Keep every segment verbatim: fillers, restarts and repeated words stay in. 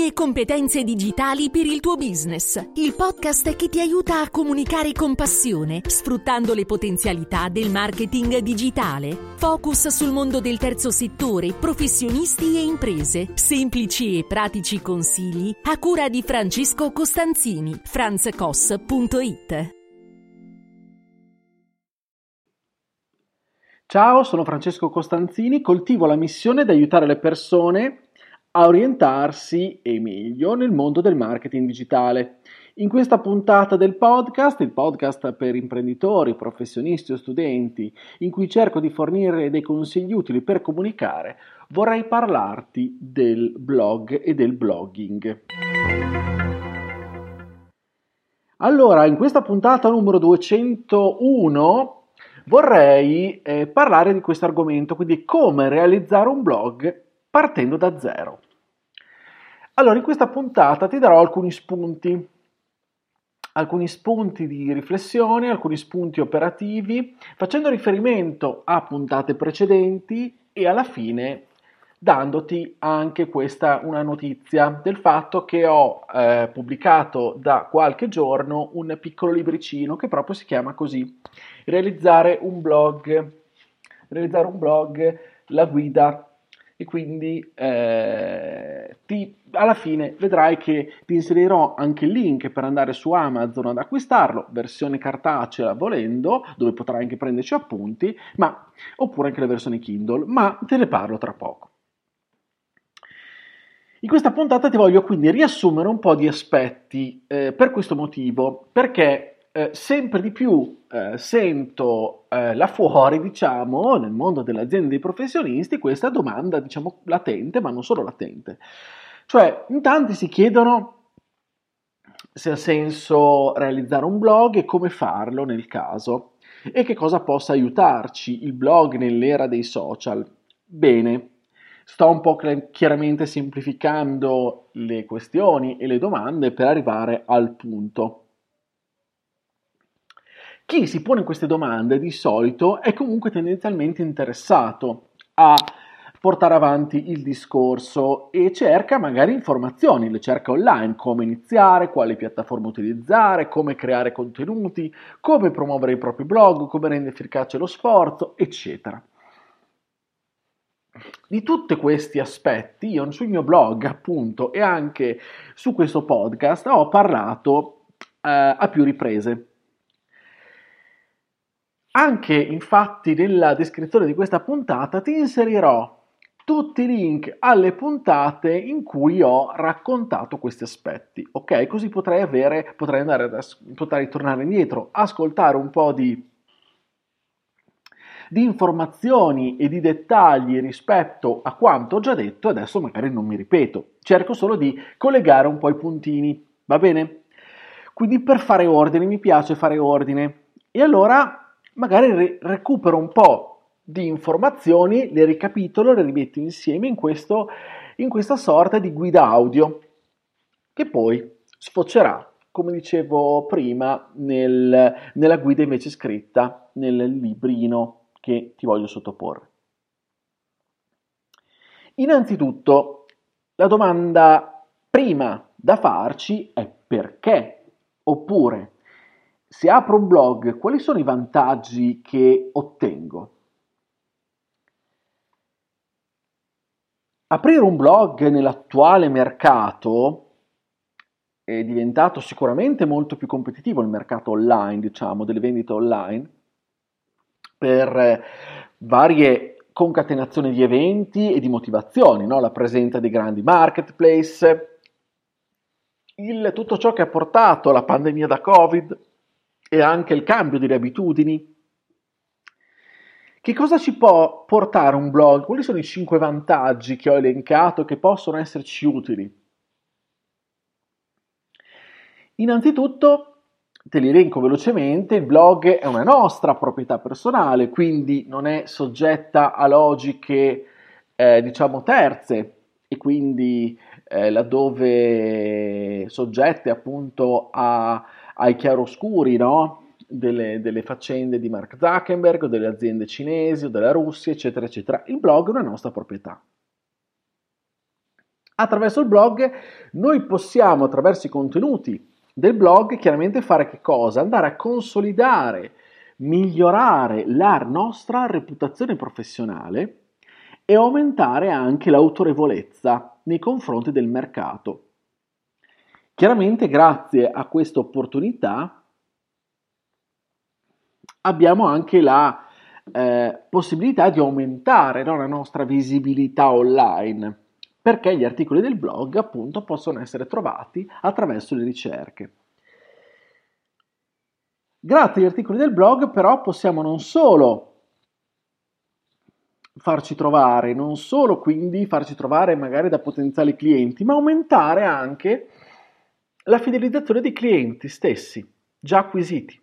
e competenze digitali per il tuo business. Il podcast che ti aiuta a comunicare con passione, sfruttando le potenzialità del marketing digitale. Focus sul mondo del terzo settore, professionisti e imprese. Semplici e pratici consigli a cura di Francesco Costanzini. franz cos punto it. Ciao, sono Francesco Costanzini, coltivo la missione di aiutare le persone a orientarsi e meglio nel mondo del marketing digitale. In questa puntata del podcast, il podcast per imprenditori, professionisti o studenti, in cui cerco di fornire dei consigli utili per comunicare, vorrei parlarti del blog e del blogging. Allora, in questa puntata numero duecentouno vorrei eh, parlare di questo argomento, quindi come realizzare un blog partendo da zero. Allora, in questa puntata ti darò alcuni spunti, alcuni spunti di riflessione, alcuni spunti operativi, facendo riferimento a puntate precedenti e alla fine dandoti anche questa una notizia del fatto che ho eh, pubblicato da qualche giorno un piccolo libricino che proprio si chiama così: realizzare un blog, realizzare un blog, la guida. E quindi eh, ti, alla fine vedrai che ti inserirò anche il link per andare su Amazon ad acquistarlo, versione cartacea volendo, dove potrai anche prenderci appunti, ma, oppure anche la versione Kindle, ma te ne parlo tra poco. In questa puntata ti voglio quindi riassumere un po' di aspetti eh, per questo motivo, perché eh, sempre di più eh, sento eh, là fuori, diciamo, nel mondo delle aziende dei professionisti, questa domanda, diciamo, latente, ma non solo latente. Cioè, in tanti si chiedono se ha senso realizzare un blog e come farlo nel caso, e che cosa possa aiutarci il blog nell'era dei social. Bene. Sto un po' chiaramente semplificando le questioni e le domande per arrivare al punto. Chi si pone queste domande di solito è comunque tendenzialmente interessato a portare avanti il discorso e cerca magari informazioni, le cerca online, come iniziare, quali piattaforme utilizzare, come creare contenuti, come promuovere il proprio blog, come rendere efficace lo sforzo, eccetera. Di tutti questi aspetti io sul mio blog, appunto, e anche su questo podcast ho parlato eh, a più riprese. Anche infatti nella descrizione di questa puntata ti inserirò tutti i link alle puntate in cui ho raccontato questi aspetti, ok? Così potrai avere, potrai andare ad, potrai tornare indietro, ascoltare un po' di di informazioni e di dettagli rispetto a quanto ho già detto, adesso magari non mi ripeto, cerco solo di collegare un po' i puntini, va bene? Quindi per fare ordine, mi piace fare ordine, e allora magari re- recupero un po' di informazioni, le ricapitolo, le rimetto insieme in, questo, in questa sorta di guida audio, che poi sfocerà, come dicevo prima, nel, nella guida invece scritta, nel librino che ti voglio sottoporre. Innanzitutto, la domanda prima da farci è perché, oppure se apro un blog, quali sono i vantaggi che ottengo? Aprire un blog nell'attuale mercato è diventato sicuramente molto più competitivo, il mercato online, diciamo, delle vendite online, per varie concatenazioni di eventi e di motivazioni, no? La presenza di grandi marketplace, il, tutto ciò che ha portato la pandemia da Covid e anche il cambio delle abitudini. Che cosa ci può portare un blog? Quali sono i cinque vantaggi che ho elencato che possono esserci utili? Innanzitutto, te li elenco velocemente, il blog è una nostra proprietà personale, quindi non è soggetta a logiche, eh, diciamo, terze, e quindi eh, laddove soggette appunto a, ai chiaroscuri, no? Delle, delle faccende di Mark Zuckerberg o delle aziende cinesi o della Russia, eccetera, eccetera. Il blog è una nostra proprietà. Attraverso il blog noi possiamo, attraverso i contenuti del blog, chiaramente fare che cosa? Andare a consolidare, migliorare la nostra reputazione professionale e aumentare anche l'autorevolezza nei confronti del mercato. Chiaramente grazie a questa opportunità abbiamo anche la eh, possibilità di aumentare, no, la nostra visibilità online, perché gli articoli del blog appunto possono essere trovati attraverso le ricerche. Grazie agli articoli del blog però possiamo non solo farci trovare, non solo quindi farci trovare magari da potenziali clienti, ma aumentare anche la fidelizzazione dei clienti stessi, già acquisiti.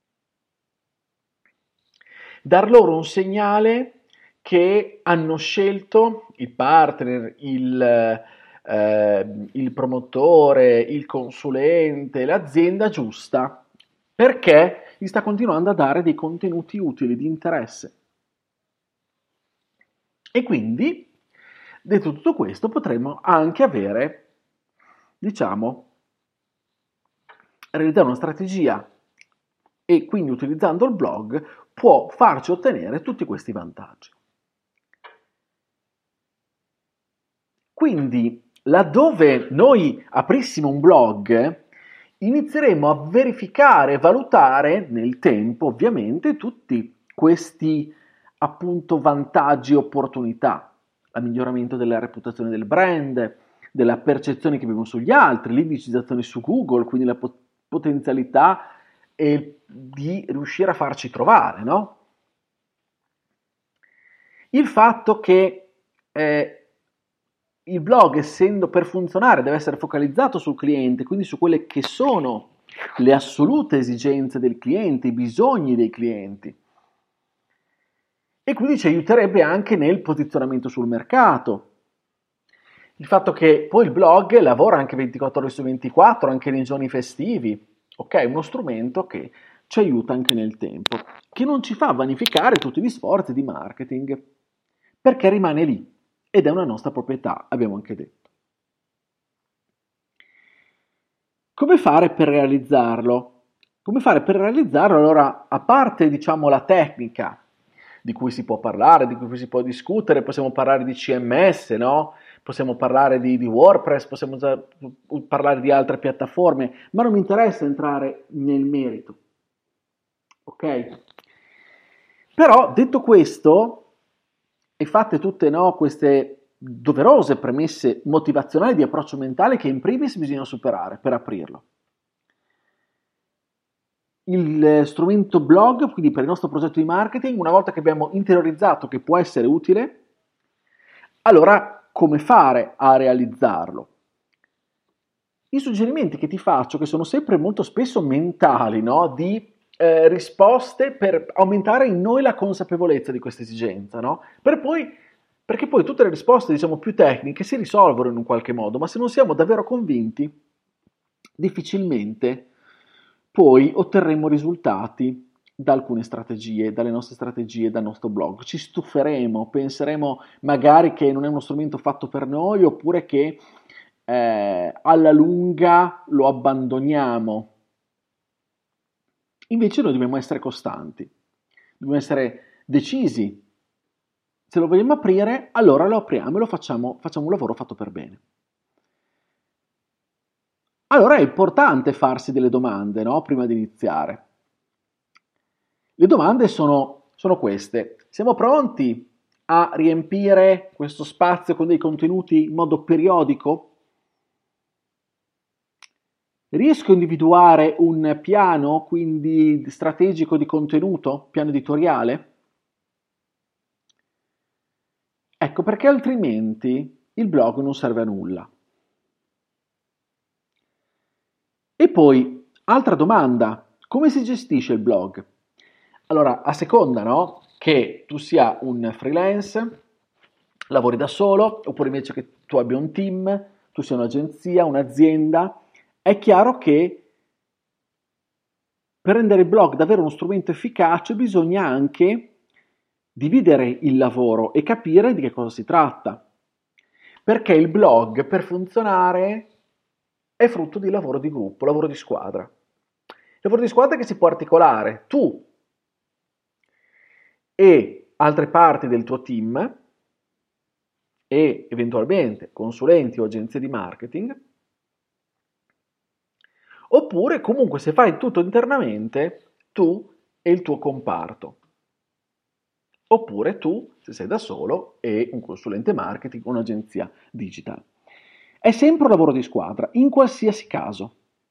Dar loro un segnale che hanno scelto il partner, il, eh, il promotore, il consulente, l'azienda giusta, perché gli sta continuando a dare dei contenuti utili, di interesse. E quindi, detto tutto questo, potremmo anche avere, diciamo, realizzare una strategia e quindi utilizzando il blog può farci ottenere tutti questi vantaggi. Quindi, laddove noi aprissimo un blog, inizieremo a verificare e valutare nel tempo, ovviamente, tutti questi appunto vantaggi e opportunità, il miglioramento della reputazione del brand, della percezione che abbiamo sugli altri, l'indicizzazione su Google, quindi la pot- potenzialità e di riuscire a farci trovare, no? Il fatto che eh, il blog, essendo per funzionare, deve essere focalizzato sul cliente, quindi su quelle che sono le assolute esigenze del cliente, i bisogni dei clienti. E quindi ci aiuterebbe anche nel posizionamento sul mercato. Il fatto che poi il blog lavora anche ventiquattro ore su ventiquattro, anche nei giorni festivi. Ok, è uno strumento che ci aiuta anche nel tempo, che non ci fa vanificare tutti gli sforzi di marketing, perché rimane lì ed è una nostra proprietà, abbiamo anche detto. Come fare per realizzarlo? Come fare per realizzarlo? Allora, a parte, diciamo, la tecnica di cui si può parlare, di cui si può discutere, possiamo parlare di C M S, no? Possiamo parlare di, di WordPress, possiamo già parlare di altre piattaforme, ma non mi interessa entrare nel merito, ok? Però, detto questo, e fatte tutte, no, queste doverose premesse motivazionali di approccio mentale che in primis bisogna superare per aprirlo. Il strumento blog, quindi per il nostro progetto di marketing, una volta che abbiamo interiorizzato che può essere utile, allora come fare a realizzarlo? I suggerimenti che ti faccio, che sono sempre molto spesso mentali, no? Di eh, risposte per aumentare in noi la consapevolezza di questa esigenza, no? Per poi, perché poi tutte le risposte, diciamo, più tecniche si risolvono in un qualche modo, ma se non siamo davvero convinti, difficilmente poi otterremo risultati da alcune strategie, dalle nostre strategie, dal nostro blog. Ci stuferemo, penseremo magari che non è uno strumento fatto per noi oppure che eh, alla lunga lo abbandoniamo. Invece noi dobbiamo essere costanti, dobbiamo essere decisi. Se lo vogliamo aprire, allora lo apriamo e lo facciamo, facciamo un lavoro fatto per bene. Allora è importante farsi delle domande, no? Prima di iniziare. Le domande sono, sono queste. Siamo pronti a riempire questo spazio con dei contenuti in modo periodico? Riesco a individuare un piano, quindi strategico di contenuto, piano editoriale? Ecco, perché altrimenti il blog non serve a nulla. E poi, altra domanda, come si gestisce il blog? Allora, a seconda, no, che tu sia un freelance, lavori da solo, oppure invece che tu abbia un team, tu sia un'agenzia, un'azienda, è chiaro che per rendere il blog davvero uno strumento efficace bisogna anche dividere il lavoro e capire di che cosa si tratta. Perché il blog, per funzionare, è frutto di lavoro di gruppo, lavoro di squadra. Lavoro di squadra che si può articolare tu e altre parti del tuo team e eventualmente consulenti o agenzie di marketing, oppure comunque se fai tutto internamente tu e il tuo comparto, oppure tu se sei da solo e un consulente marketing o un'agenzia digital. È sempre un lavoro di squadra, in qualsiasi caso.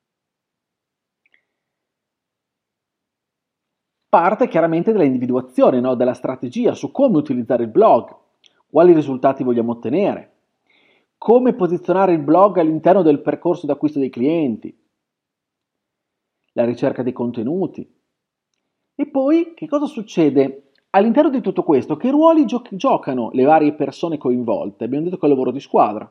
Parte chiaramente dall'individuazione, no? Della strategia su come utilizzare il blog, quali risultati vogliamo ottenere, come posizionare il blog all'interno del percorso d'acquisto dei clienti, la ricerca dei contenuti. E poi che cosa succede all'interno di tutto questo? Che ruoli gio- giocano le varie persone coinvolte? Abbiamo detto che è un lavoro di squadra.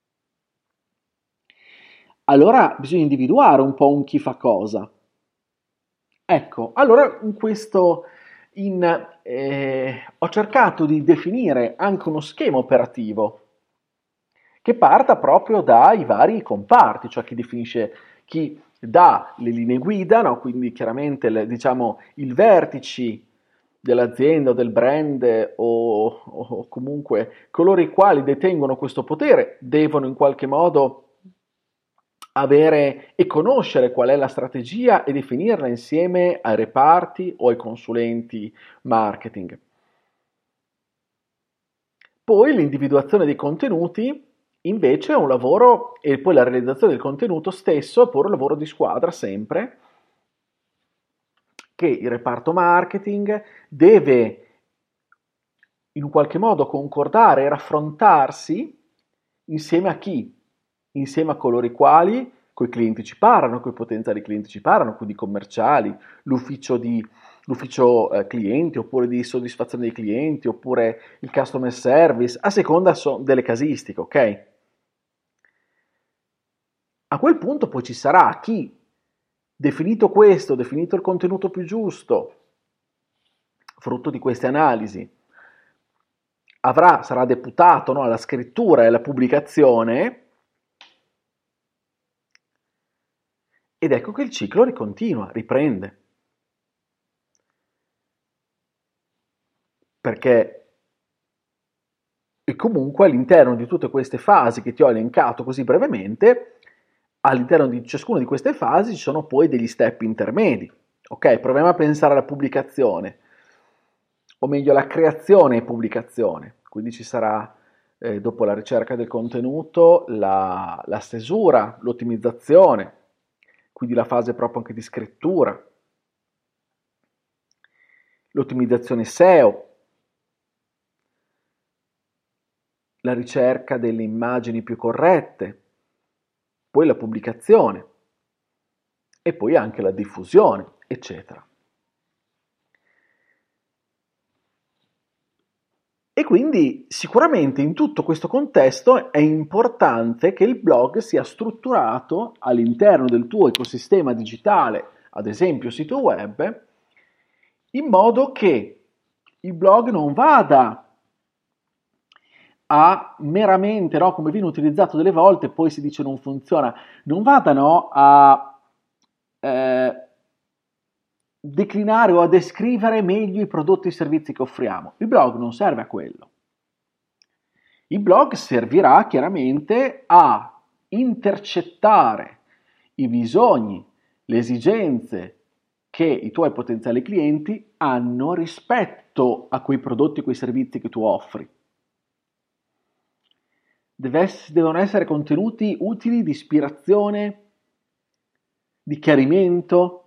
Allora bisogna individuare un po' un chi fa cosa. Ecco, allora in questo in, eh, ho cercato di definire anche uno schema operativo che parta proprio dai vari comparti, cioè chi definisce, chi dà le linee guida, no? Quindi chiaramente le, diciamo i vertici dell'azienda o del brand o, o comunque coloro i quali detengono questo potere devono in qualche modo avere e conoscere qual è la strategia e definirla insieme ai reparti o ai consulenti marketing. Poi l'individuazione dei contenuti invece è un lavoro, e poi la realizzazione del contenuto stesso è pure un lavoro di squadra sempre, che il reparto marketing deve in un qualche modo concordare e raffrontarsi insieme a chi? Insieme a coloro i quali coi clienti ci parlano, coi potenziali clienti ci parlano, quindi commerciali, l'ufficio di l'ufficio eh, clienti, oppure di soddisfazione dei clienti, oppure il customer service, a seconda so, delle casistiche, ok? A quel punto poi ci sarà chi, definito questo, definito il contenuto più giusto, frutto di queste analisi, avrà, sarà deputato, no, alla scrittura e alla pubblicazione. Ed ecco che il ciclo ricontinua, riprende. Perché e comunque all'interno di tutte queste fasi che ti ho elencato così brevemente, all'interno di ciascuna di queste fasi ci sono poi degli step intermedi. Ok, proviamo a pensare alla pubblicazione, o meglio alla creazione e pubblicazione. Quindi ci sarà, eh, dopo la ricerca del contenuto, la, la stesura, l'ottimizzazione, quindi la fase proprio anche di scrittura, l'ottimizzazione S E O, la ricerca delle immagini più corrette, poi la pubblicazione e poi anche la diffusione, eccetera. E quindi sicuramente in tutto questo contesto è importante che il blog sia strutturato all'interno del tuo ecosistema digitale, ad esempio sito web, in modo che il blog non vada a meramente, no, come viene utilizzato delle volte, poi si dice non funziona, non vadano a eh, declinare o a descrivere meglio i prodotti e i servizi che offriamo. Il blog non serve a quello. Il blog servirà chiaramente a intercettare i bisogni, le esigenze che i tuoi potenziali clienti hanno rispetto a quei prodotti e quei servizi che tu offri. Deve essere, devono essere contenuti utili di ispirazione, di chiarimento,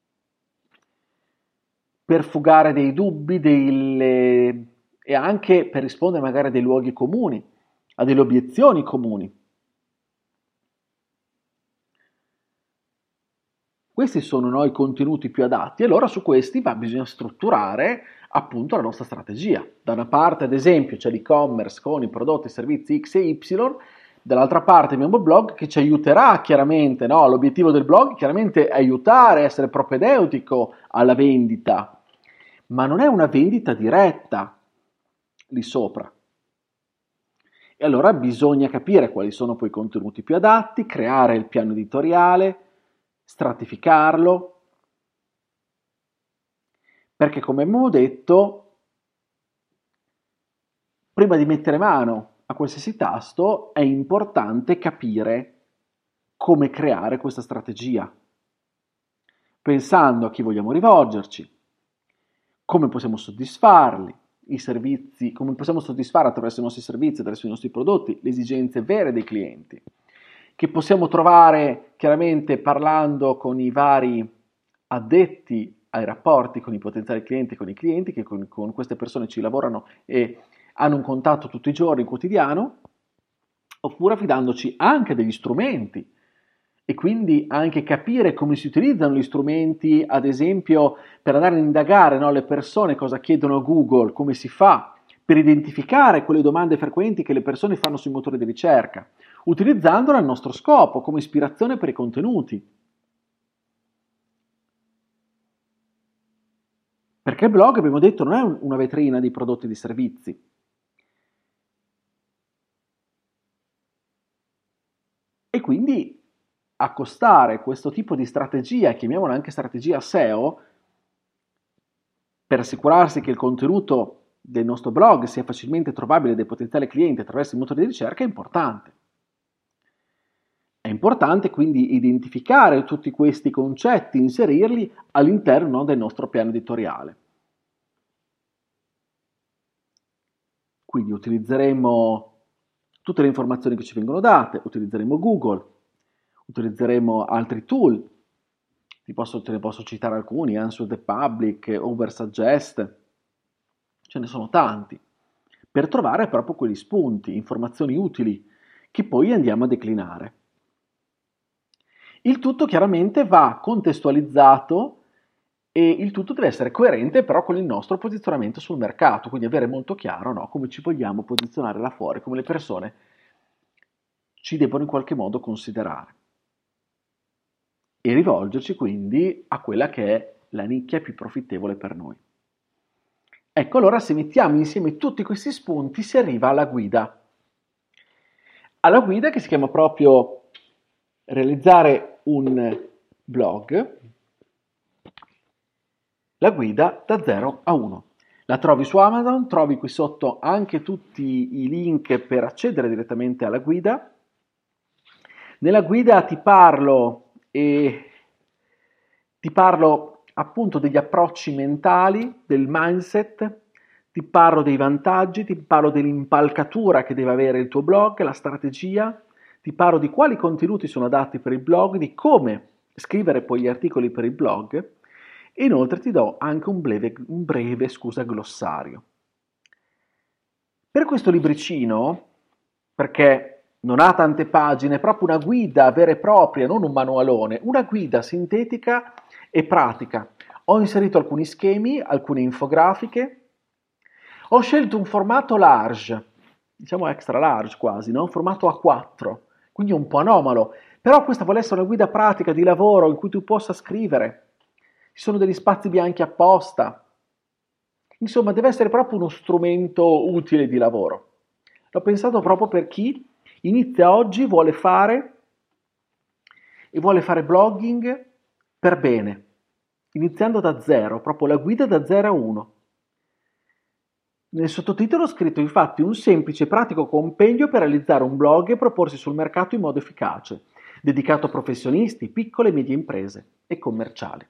per fugare dei dubbi delle, e anche per rispondere magari a dei luoghi comuni, a delle obiezioni comuni. Questi sono no, i contenuti più adatti, e allora su questi va, bisogna strutturare appunto la nostra strategia. Da una parte, ad esempio, c'è l'e-commerce con i prodotti e servizi X e Y, dall'altra parte abbiamo il blog che ci aiuterà chiaramente, no? L'obiettivo del blog chiaramente è aiutare, essere propedeutico alla vendita, ma non è una vendita diretta lì sopra. E allora bisogna capire quali sono poi i contenuti più adatti, creare il piano editoriale, stratificarlo, perché come abbiamo detto, prima di mettere mano a qualsiasi tasto è importante capire come creare questa strategia, pensando a chi vogliamo rivolgerci, come possiamo soddisfarli, i servizi, come possiamo soddisfare attraverso i nostri servizi, attraverso i nostri prodotti, le esigenze vere dei clienti, che possiamo trovare chiaramente parlando con i vari addetti ai rapporti con i potenziali clienti e con i clienti, che con, con queste persone ci lavorano e hanno un contatto tutti i giorni, quotidiano, oppure affidandoci anche degli strumenti e quindi anche capire come si utilizzano gli strumenti, ad esempio per andare a indagare, no, le persone cosa chiedono a Google, come si fa per identificare quelle domande frequenti che le persone fanno sui motori di ricerca, utilizzandolo al nostro scopo come ispirazione per i contenuti. Perché il blog, abbiamo detto, non è una vetrina di prodotti e di servizi. E quindi accostare questo tipo di strategia, chiamiamola anche strategia S E O, per assicurarsi che il contenuto del nostro blog sia facilmente trovabile dai potenziali clienti attraverso i motori di ricerca, è importante. È importante quindi identificare tutti questi concetti, inserirli all'interno del nostro piano editoriale. Quindi utilizzeremo tutte le informazioni che ci vengono date, utilizzeremo Google, utilizzeremo altri tool, ti posso, te ne posso citare alcuni, Answer the Public, Oversuggest, ce ne sono tanti, per trovare proprio quegli spunti, informazioni utili, che poi andiamo a declinare. Il tutto chiaramente va contestualizzato e il tutto deve essere coerente però con il nostro posizionamento sul mercato, quindi avere molto chiaro, no, come ci vogliamo posizionare là fuori, come le persone ci debbono in qualche modo considerare. E rivolgerci quindi a quella che è la nicchia più profittevole per noi. Ecco, allora se mettiamo insieme tutti questi spunti si arriva alla guida. Alla guida che si chiama proprio realizzare un blog, la guida da zero a uno. La trovi su Amazon, trovi qui sotto anche tutti i link per accedere direttamente alla guida. Nella guida ti parlo e ti parlo appunto degli approcci mentali, del mindset, ti parlo dei vantaggi, ti parlo dell'impalcatura che deve avere il tuo blog, la strategia, ti parlo di quali contenuti sono adatti per il blog, di come scrivere poi gli articoli per il blog e inoltre ti do anche un breve, un breve scusa, glossario. Per questo libricino, perché non ha tante pagine, è proprio una guida vera e propria, non un manualone, una guida sintetica e pratica. Ho inserito alcuni schemi, alcune infografiche, ho scelto un formato large, diciamo extra large quasi, no? Un formato A quattro, quindi un po' anomalo, però questa vuole essere una guida pratica di lavoro in cui tu possa scrivere. Ci sono degli spazi bianchi apposta. Insomma, deve essere proprio uno strumento utile di lavoro. L'ho pensato proprio per chi inizia oggi, vuole fare e vuole fare blogging per bene, iniziando da zero, proprio la guida da zero a uno. Nel sottotitolo ho scritto infatti un semplice e pratico compendio per realizzare un blog e proporsi sul mercato in modo efficace, dedicato a professionisti, piccole e medie imprese e commerciali.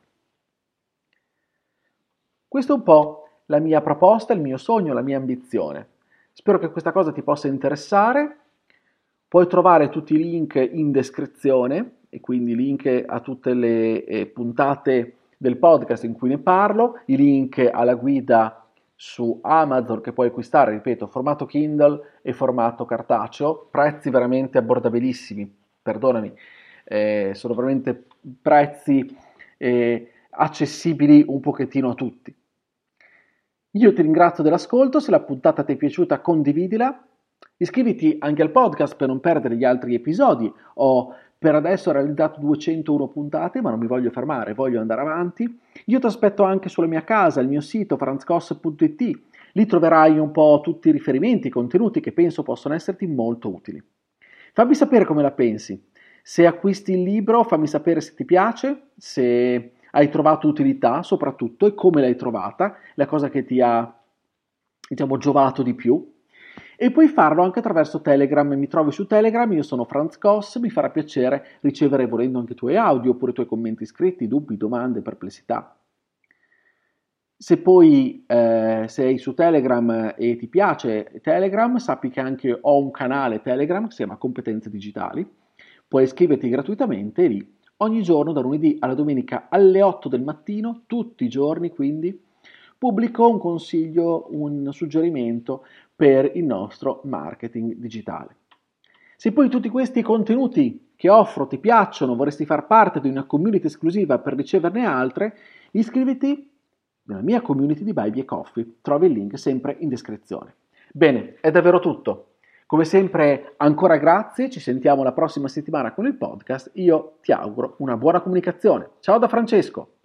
Questo è un po' la mia proposta, il mio sogno, la mia ambizione. Spero che questa cosa ti possa interessare. Puoi trovare tutti i link in descrizione e quindi link a tutte le eh, puntate del podcast in cui ne parlo, i link alla guida su Amazon che puoi acquistare, ripeto, formato Kindle e formato cartaceo, prezzi veramente abbordabilissimi, perdonami, eh, sono veramente prezzi eh, accessibili un pochettino a tutti. Io ti ringrazio dell'ascolto, se la puntata ti è piaciuta condividila, iscriviti anche al podcast per non perdere gli altri episodi. Ho per adesso realizzato duecentouno puntate, ma non mi voglio fermare, voglio andare avanti. Io ti aspetto anche sulla mia casa, il mio sito franz cos punto it, Lì troverai un po' tutti i riferimenti, i contenuti che penso possono esserti molto utili. Fammi sapere come la pensi. Se acquisti il libro, fammi sapere se ti piace, se hai trovato utilità soprattutto e come l'hai trovata, la cosa che ti ha, diciamo, giovato di più. E puoi farlo anche attraverso Telegram. Mi trovi su Telegram, io sono Franz Koss, mi farà piacere ricevere volendo anche i tuoi audio oppure i tuoi commenti scritti, dubbi, domande, perplessità. Se poi eh, sei su Telegram e ti piace Telegram, sappi che anche ho un canale Telegram che si chiama Competenze Digitali. Puoi iscriverti gratuitamente e lì ogni giorno, da lunedì alla domenica alle otto del mattino, tutti i giorni quindi, pubblico un consiglio, un suggerimento per il nostro marketing digitale. Se poi tutti questi contenuti che offro ti piacciono, vorresti far parte di una community esclusiva per riceverne altre, iscriviti nella mia community di Buy Me a Coffee. Trovi il link sempre in descrizione. Bene, è davvero tutto. Come sempre, ancora grazie, ci sentiamo la prossima settimana con il podcast. Io ti auguro una buona comunicazione. Ciao da Francesco!